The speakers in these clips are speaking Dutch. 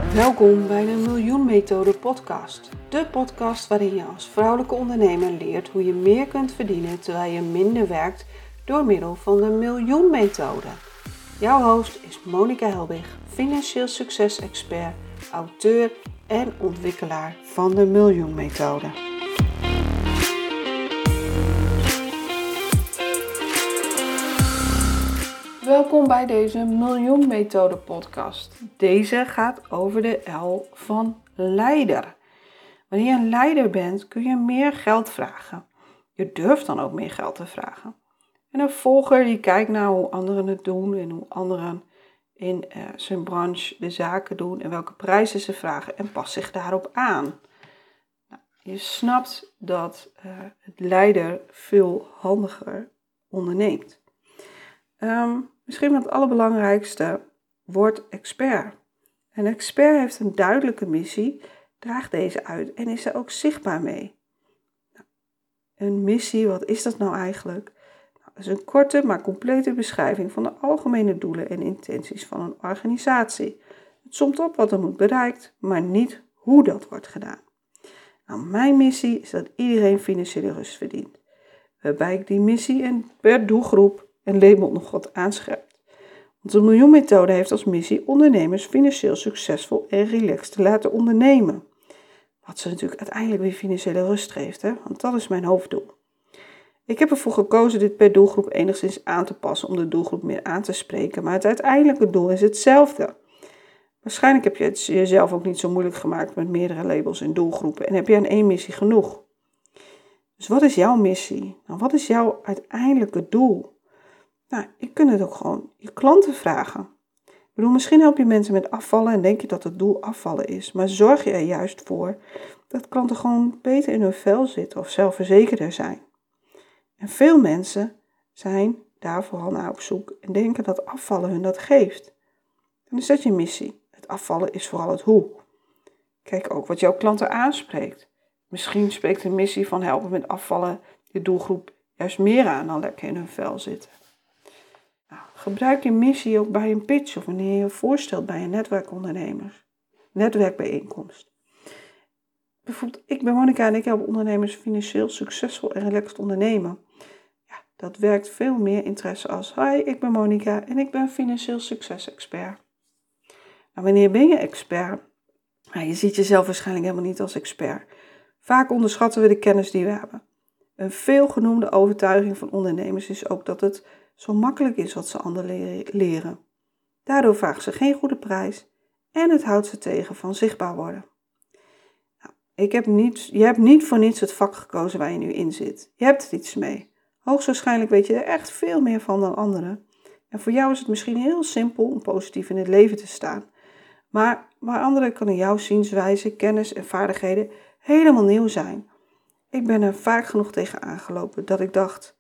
Welkom bij de Miljoen Methode podcast. De podcast waarin je als vrouwelijke ondernemer leert hoe je meer kunt verdienen terwijl je minder werkt door middel van de Miljoen Methode. Jouw host is Monica Helbig, financieel succes-expert, auteur en ontwikkelaar van de Miljoen Methode. Welkom bij deze Miljoen Methode podcast. Deze gaat over de L van leider. Wanneer je een leider bent, kun je meer geld vragen. Je durft dan ook meer geld te vragen. En een volger die kijkt naar hoe anderen het doen en hoe anderen in zijn branche de zaken doen en welke prijzen ze vragen en past zich daarop aan. Nou, je snapt dat het leider veel handiger onderneemt. Misschien wel het allerbelangrijkste, word expert. Een expert heeft een duidelijke missie, draagt deze uit en is er ook zichtbaar mee. Nou, een missie, wat is dat nou eigenlijk? Nou, dat is een korte maar complete beschrijving van de algemene doelen en intenties van een organisatie. Het somt op wat er moet bereikt, maar niet hoe dat wordt gedaan. Nou, mijn missie is dat iedereen financiële rust verdient. Waarbij ik die missie en per doelgroep en label nog wat aanscherpt. Want de Miljoen Methode heeft als missie ondernemers financieel succesvol en relaxed te laten ondernemen. Wat ze natuurlijk uiteindelijk weer financiële rust geeft, hè? Want dat is mijn hoofddoel. Ik heb ervoor gekozen dit per doelgroep enigszins aan te passen om de doelgroep meer aan te spreken, maar het uiteindelijke doel is hetzelfde. Waarschijnlijk heb je het jezelf ook niet zo moeilijk gemaakt met meerdere labels en doelgroepen en heb je aan één missie genoeg. Dus wat is jouw missie? Nou, wat is jouw uiteindelijke doel? Nou, je kunt het ook gewoon je klanten vragen. Ik bedoel, misschien help je mensen met afvallen en denk je dat het doel afvallen is. Maar zorg je er juist voor dat klanten gewoon beter in hun vel zitten of zelfverzekerder zijn. En veel mensen zijn daar vooral naar op zoek en denken dat afvallen hun dat geeft. Dan is dat je missie. Het afvallen is vooral het hoe. Kijk ook wat jouw klanten aanspreekt. Misschien spreekt de missie van helpen met afvallen je doelgroep juist meer aan dan lekker in hun vel zitten. Nou, gebruik je missie ook bij een pitch of wanneer je je voorstelt bij een netwerkbijeenkomst. Bijvoorbeeld, ik ben Monica en ik help ondernemers financieel succesvol en relaxed ondernemen. Ja, dat werkt veel meer interesse als, hi, ik ben Monica en ik ben financieel succes-expert. Nou, wanneer ben je expert? Nou, je ziet jezelf waarschijnlijk helemaal niet als expert. Vaak onderschatten we de kennis die we hebben. Een veelgenoemde overtuiging van ondernemers is ook dat het zo makkelijk is wat ze anderen leren. Daardoor vragen ze geen goede prijs en het houdt ze tegen van zichtbaar worden. Nou, je hebt niet voor niets het vak gekozen waar je nu in zit. Je hebt er iets mee. Hoogstwaarschijnlijk weet je er echt veel meer van dan anderen. En voor jou is het misschien heel simpel om positief in het leven te staan. Maar waar anderen kan in jouw zienswijze, kennis en vaardigheden helemaal nieuw zijn. Ik ben er vaak genoeg tegen aangelopen dat ik dacht,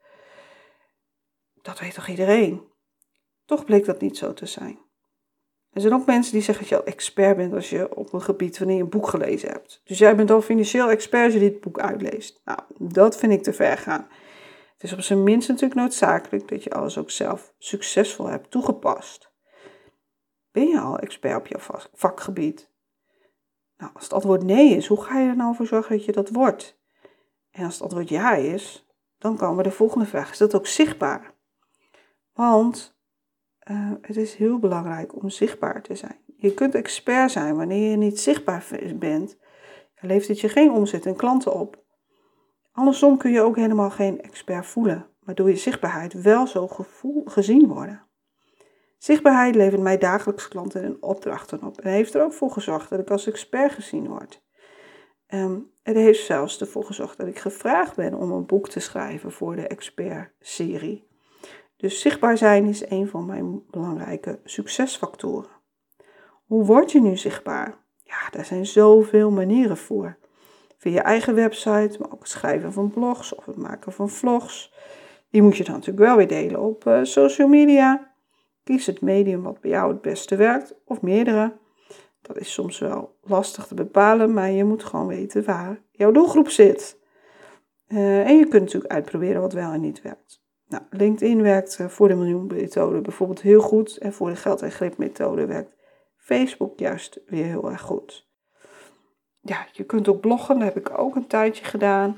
dat weet toch iedereen? Toch bleek dat niet zo te zijn. Er zijn ook mensen die zeggen dat je al expert bent als je op een gebied wanneer je een boek gelezen hebt. Dus jij bent al financieel expert als je dit boek uitleest. Nou, dat vind ik te ver gaan. Het is op zijn minst natuurlijk noodzakelijk dat je alles ook zelf succesvol hebt toegepast. Ben je al expert op jouw vakgebied? Nou, als het antwoord nee is, hoe ga je er nou voor zorgen dat je dat wordt? En als het antwoord ja is, dan komen de volgende vraag. Is dat ook zichtbaar? Want het is heel belangrijk om zichtbaar te zijn. Je kunt expert zijn wanneer je niet zichtbaar bent. Dan levert het je geen omzet en klanten op. Andersom kun je ook helemaal geen expert voelen. Maar door je zichtbaarheid wel zo gezien worden. Zichtbaarheid levert mij dagelijks klanten en opdrachten op. En heeft er ook voor gezorgd dat ik als expert gezien word. Het heeft zelfs ervoor gezorgd dat ik gevraagd ben om een boek te schrijven voor de expert-serie. Dus zichtbaar zijn is een van mijn belangrijke succesfactoren. Hoe word je nu zichtbaar? Ja, daar zijn zoveel manieren voor. Via je eigen website, maar ook het schrijven van blogs of het maken van vlogs. Die moet je dan natuurlijk wel weer delen op social media. Kies het medium wat bij jou het beste werkt, of meerdere. Dat is soms wel lastig te bepalen, maar je moet gewoon weten waar jouw doelgroep zit. En je kunt natuurlijk uitproberen wat wel en niet werkt. Nou, LinkedIn werkt voor de Miljoen Methode bijvoorbeeld heel goed en voor de geld- en grip-methode werkt Facebook juist weer heel erg goed. Ja, je kunt ook bloggen, dat heb ik ook een tijdje gedaan.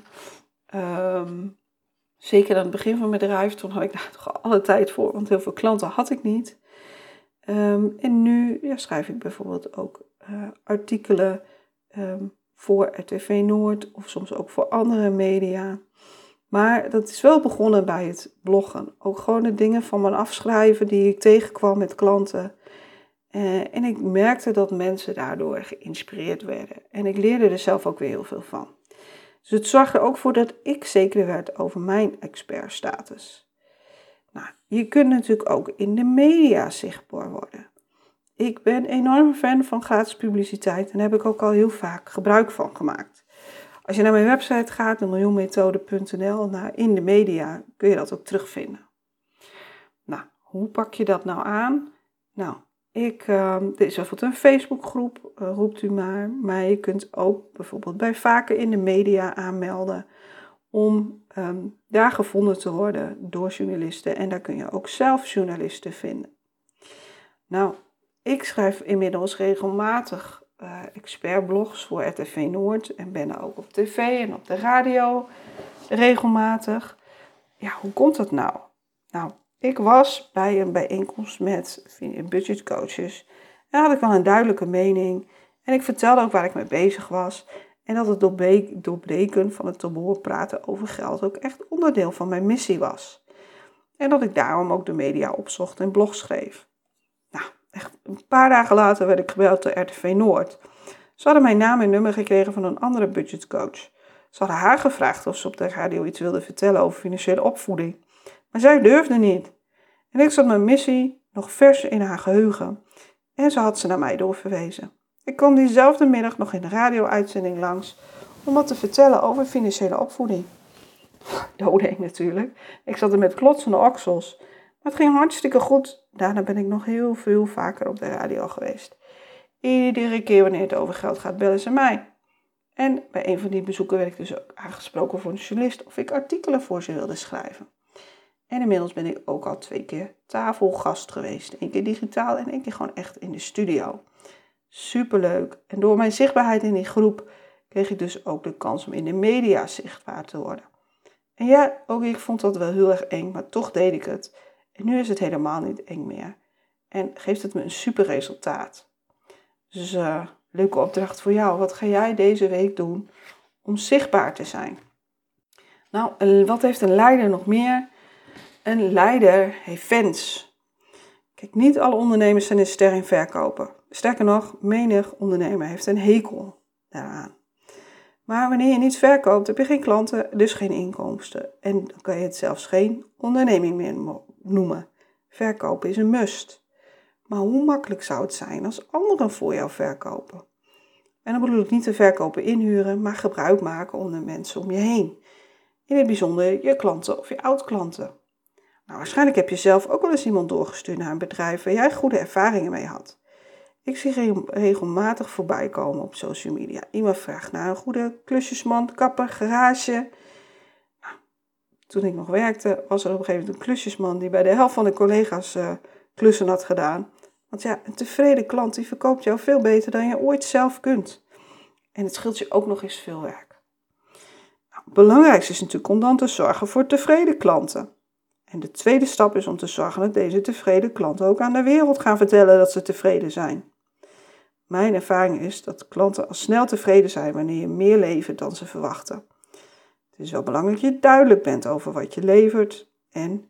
Zeker aan het begin van mijn bedrijf, toen had ik daar toch alle tijd voor, want heel veel klanten had ik niet. En nu schrijf ik bijvoorbeeld ook artikelen voor RTV Noord of soms ook voor andere media. Maar dat is wel begonnen bij het bloggen. Ook gewoon de dingen van me afschrijven die ik tegenkwam met klanten. En ik merkte dat mensen daardoor geïnspireerd werden. En ik leerde er zelf ook weer heel veel van. Dus het zorgde ook voor dat ik zeker werd over mijn expertstatus. Nou, je kunt natuurlijk ook in de media zichtbaar worden. Ik ben enorm fan van gratis publiciteit en daar heb ik ook al heel vaak gebruik van gemaakt. Als je naar mijn website gaat, miljoenmethode.nl, naar in de media, kun je dat ook terugvinden. Nou, hoe pak je dat nou aan? Nou, er is bijvoorbeeld een Facebookgroep, roept u maar je kunt ook bijvoorbeeld bij Vaker in de media aanmelden om daar gevonden te worden door journalisten. En daar kun je ook zelf journalisten vinden. Nou, ik schrijf inmiddels regelmatig expertblogs voor RTV Noord en ben ook op tv en op de radio regelmatig. Ja, hoe komt dat nou? Nou, ik was bij een bijeenkomst met budgetcoaches en had ik wel een duidelijke mening. En ik vertelde ook waar ik mee bezig was. En dat het doorbreken van het te behoren praten over geld ook echt onderdeel van mijn missie was. En dat ik daarom ook de media opzocht en blogs schreef. Nou, echt een paar dagen later werd ik gebeld door RTV Noord. Ze hadden mijn naam en nummer gekregen van een andere budgetcoach. Ze hadden haar gevraagd of ze op de radio iets wilde vertellen over financiële opvoeding. Maar zij durfde niet. En ik zat mijn missie nog vers in haar geheugen. En zo had ze naar mij doorverwezen. Ik kwam diezelfde middag nog in de radio-uitzending langs om wat te vertellen over financiële opvoeding. Doodeng natuurlijk. Ik zat er met klotsende oksels. Maar het ging hartstikke goed. Daarna ben ik nog heel veel vaker op de radio geweest. Iedere keer wanneer het over geld gaat, bellen ze mij. En bij een van die bezoeken werd ik dus ook aangesproken voor een journalist of ik artikelen voor ze wilde schrijven. En inmiddels ben ik ook al 2 keer tafelgast geweest. 1 keer digitaal en 1 keer gewoon echt in de studio. Superleuk. En door mijn zichtbaarheid in die groep kreeg ik dus ook de kans om in de media zichtbaar te worden. En ja, ook ik vond dat wel heel erg eng, maar toch deed ik het. En nu is het helemaal niet eng meer. En geeft het me een super resultaat. Dus leuke opdracht voor jou. Wat ga jij deze week doen om zichtbaar te zijn? Nou, wat heeft een leider nog meer? Een leider heeft fans. Kijk, niet alle ondernemers zijn een ster in verkopen. Sterker nog, menig ondernemer heeft een hekel daaraan. Maar wanneer je niets verkoopt, heb je geen klanten, dus geen inkomsten. En dan kan je het zelfs geen onderneming meer noemen. Verkopen is een must. Maar hoe makkelijk zou het zijn als anderen voor jou verkopen? En dan bedoel ik niet de verkopen inhuren, maar gebruik maken om de mensen om je heen. In het bijzonder je klanten of je oud-klanten. Nou, waarschijnlijk heb je zelf ook wel eens iemand doorgestuurd naar een bedrijf waar jij goede ervaringen mee had. Ik zie regelmatig voorbij komen op social media. Iemand vraagt naar een goede klusjesman, kapper, garage. Nou, toen ik nog werkte, was er op een gegeven moment een klusjesman die bij de helft van de collega's klussen had gedaan. Want ja, een tevreden klant die verkoopt jou veel beter dan je ooit zelf kunt. En het scheelt je ook nog eens veel werk. Nou, het belangrijkste is natuurlijk om dan te zorgen voor tevreden klanten. En de tweede stap is om te zorgen dat deze tevreden klanten ook aan de wereld gaan vertellen dat ze tevreden zijn. Mijn ervaring is dat klanten al snel tevreden zijn wanneer je meer levert dan ze verwachten. Het is wel belangrijk dat je duidelijk bent over wat je levert en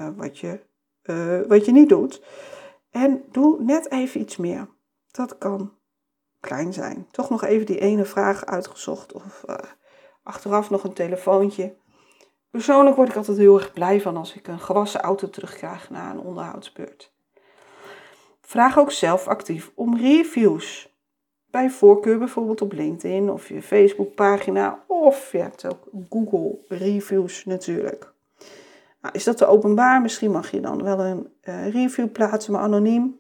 wat je niet doet. En doe net even iets meer. Dat kan klein zijn. Toch nog even die ene vraag uitgezocht of achteraf nog een telefoontje. Persoonlijk word ik altijd heel erg blij van als ik een gewassen auto terugkrijg na een onderhoudsbeurt. Vraag ook zelf actief om reviews. Bij voorkeur bijvoorbeeld op LinkedIn of je Facebookpagina of je hebt ook Google reviews natuurlijk. Nou, is dat te openbaar? Misschien mag je dan wel een review plaatsen, maar anoniem.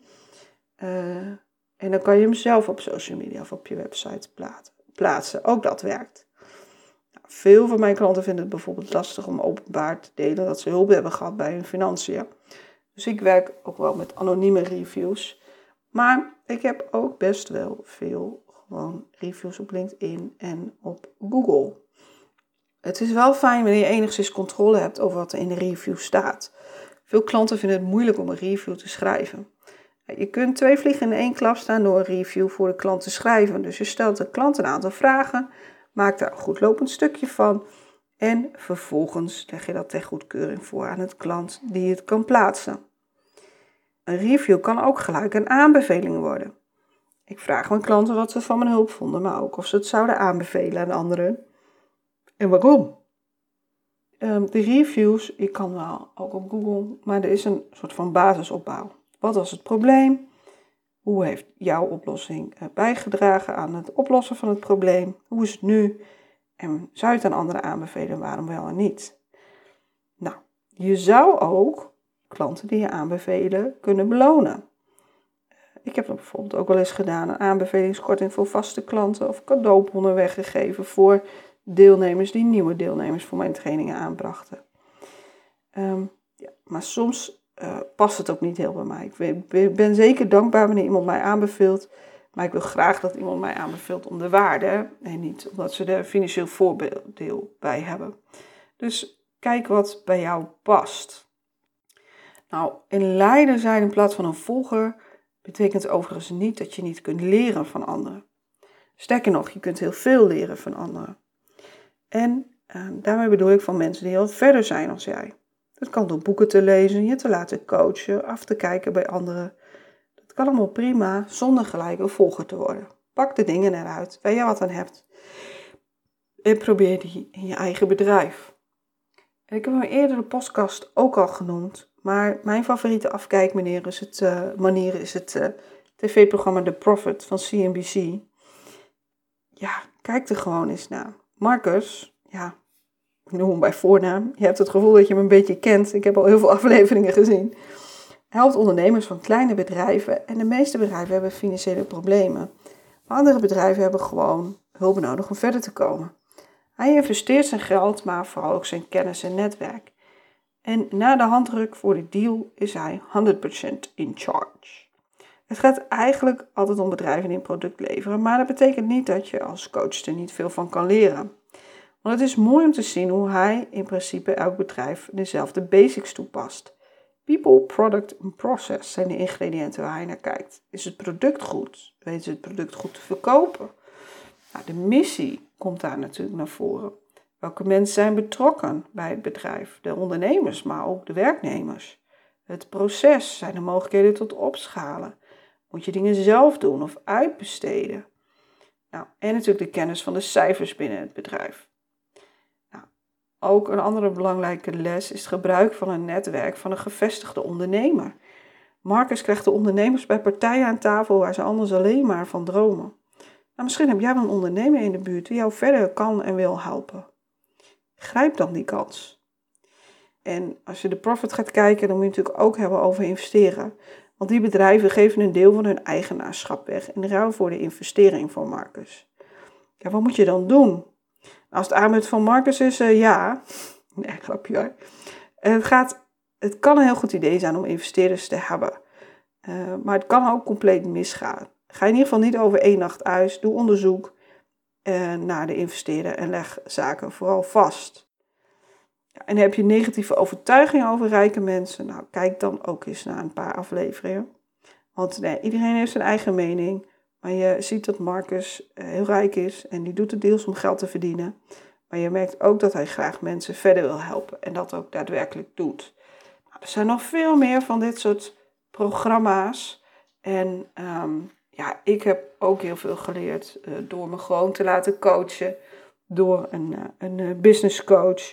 En dan kan je hem zelf op social media of op je website plaatsen. Ook dat werkt. Nou, veel van mijn klanten vinden het bijvoorbeeld lastig om openbaar te delen dat ze hulp hebben gehad bij hun financiën. Dus ik werk ook wel met anonieme reviews. Maar ik heb ook best wel veel gewoon reviews op LinkedIn en op Google. Het is wel fijn wanneer je enigszins controle hebt over wat er in de review staat. Veel klanten vinden het moeilijk om een review te schrijven. Je kunt 2 vliegen in 1 klap staan door een review voor de klant te schrijven. Dus je stelt de klant een aantal vragen, maakt daar een goed lopend stukje van en vervolgens leg je dat ter goedkeuring voor aan het klant die het kan plaatsen. Een review kan ook gelijk een aanbeveling worden. Ik vraag mijn klanten wat ze van mijn hulp vonden, maar ook of ze het zouden aanbevelen aan anderen. En waarom? De reviews, je kan wel ook op Google, maar er is een soort van basisopbouw. Wat was het probleem? Hoe heeft jouw oplossing bijgedragen aan het oplossen van het probleem? Hoe is het nu? En zou je het aan anderen aanbevelen, waarom wel en niet? Nou, je zou ook klanten die je aanbevelen kunnen belonen. Ik heb dat bijvoorbeeld ook wel eens gedaan, een aanbevelingskorting voor vaste klanten of cadeaubonnen weggegeven voor deelnemers die nieuwe deelnemers voor mijn trainingen aanbrachten. Maar soms past het ook niet heel bij mij. Ik ben zeker dankbaar wanneer iemand mij aanbeveelt, maar ik wil graag dat iemand mij aanbeveelt om de waarde en niet omdat ze er financieel voordeel bij hebben. Dus kijk wat bij jou past. Nou, een leider zijn in plaats van een volger betekent overigens niet dat je niet kunt leren van anderen. Sterker nog, je kunt heel veel leren van anderen. En daarmee bedoel ik van mensen die heel verder zijn dan jij. Dat kan door boeken te lezen, je te laten coachen, af te kijken bij anderen. Dat kan allemaal prima, zonder gelijk een volger te worden. Pak de dingen eruit waar je wat aan hebt. En probeer die in je eigen bedrijf. Ik heb mijn eerdere podcast ook al genoemd. Maar mijn favoriete afkijkmanier is het tv-programma The Prophet van CNBC. Ja, kijk er gewoon eens naar. Marcus, ja, ik noem hem bij voornaam. Je hebt het gevoel dat je hem een beetje kent. Ik heb al heel veel afleveringen gezien. Hij helpt ondernemers van kleine bedrijven. En de meeste bedrijven hebben financiële problemen. Maar andere bedrijven hebben gewoon hulp nodig om verder te komen. Hij investeert zijn geld, maar vooral ook zijn kennis en netwerk. En na de handdruk voor de deal is hij 100% in charge. Het gaat eigenlijk altijd om bedrijven die een product leveren, maar dat betekent niet dat je als coach er niet veel van kan leren. Want het is mooi om te zien hoe hij in principe elk bedrijf dezelfde basics toepast. People, product en process zijn de ingrediënten waar hij naar kijkt. Is het product goed? Weten ze het product goed te verkopen? Nou, de missie komt daar natuurlijk naar voren. Welke mensen zijn betrokken bij het bedrijf? De ondernemers, maar ook de werknemers. Het proces, zijn er mogelijkheden tot opschalen? Moet je dingen zelf doen of uitbesteden? Nou, en natuurlijk de kennis van de cijfers binnen het bedrijf. Nou, ook een andere belangrijke les is het gebruik van een netwerk van een gevestigde ondernemer. Marcus krijgt de ondernemers bij partijen aan tafel waar ze anders alleen maar van dromen. Nou, misschien heb jij wel een ondernemer in de buurt die jou verder kan en wil helpen. Grijp dan die kans. En als je de Profit gaat kijken, dan moet je natuurlijk ook hebben over investeren. Want die bedrijven geven een deel van hun eigenaarschap weg in ruil voor de investering van Marcus. Ja, wat moet je dan doen? Als het aanbod van Marcus is ja. Nee, grapje hoor. Het kan een heel goed idee zijn om investeerders te hebben. Maar het kan ook compleet misgaan. Ga in ieder geval niet over 1 nacht uit. Doe onderzoek naar de investeerder en leg zaken vooral vast. Ja, en heb je negatieve overtuigingen over rijke mensen? Nou, kijk dan ook eens naar een paar afleveringen. Want iedereen heeft zijn eigen mening. Maar je ziet dat Marcus heel rijk is en die doet het deels om geld te verdienen. Maar je merkt ook dat hij graag mensen verder wil helpen en dat ook daadwerkelijk doet. Nou, er zijn nog veel meer van dit soort programma's. En ik heb ook heel veel geleerd door me gewoon te laten coachen. Door een business coach,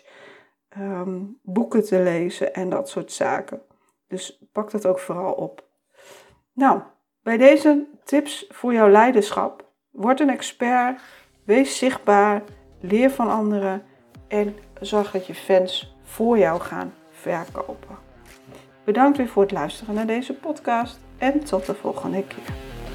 boeken te lezen en dat soort zaken. Dus pak dat ook vooral op. Nou, bij deze tips voor jouw leiderschap. Word een expert, wees zichtbaar, leer van anderen en zorg dat je fans voor jou gaan verkopen. Bedankt weer voor het luisteren naar deze podcast en tot de volgende keer.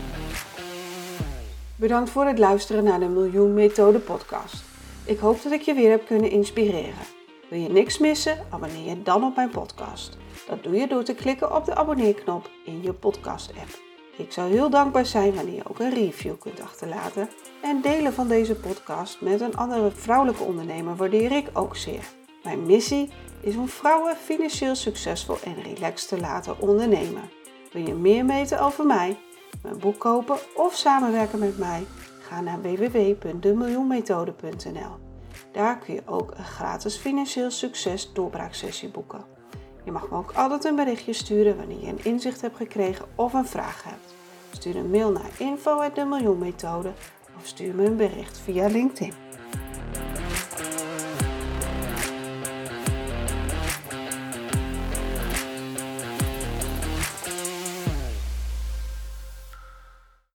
Bedankt voor het luisteren naar de Miljoen Methode podcast. Ik hoop dat ik je weer heb kunnen inspireren. Wil je niks missen? Abonneer je dan op mijn podcast. Dat doe je door te klikken op de abonneerknop in je podcast app. Ik zou heel dankbaar zijn wanneer je ook een review kunt achterlaten. En delen van deze podcast met een andere vrouwelijke ondernemer waardeer ik ook zeer. Mijn missie is om vrouwen financieel succesvol en relaxed te laten ondernemen. Wil je meer weten over mij, mijn boek kopen of samenwerken met mij? Ga naar www.demiljoenmethode.nl. Daar kun je ook een gratis financieel succes doorbraaksessie boeken. Je mag me ook altijd een berichtje sturen wanneer je een inzicht hebt gekregen of een vraag hebt. Stuur een mail naar info@demiljoenmethode of stuur me een bericht via LinkedIn.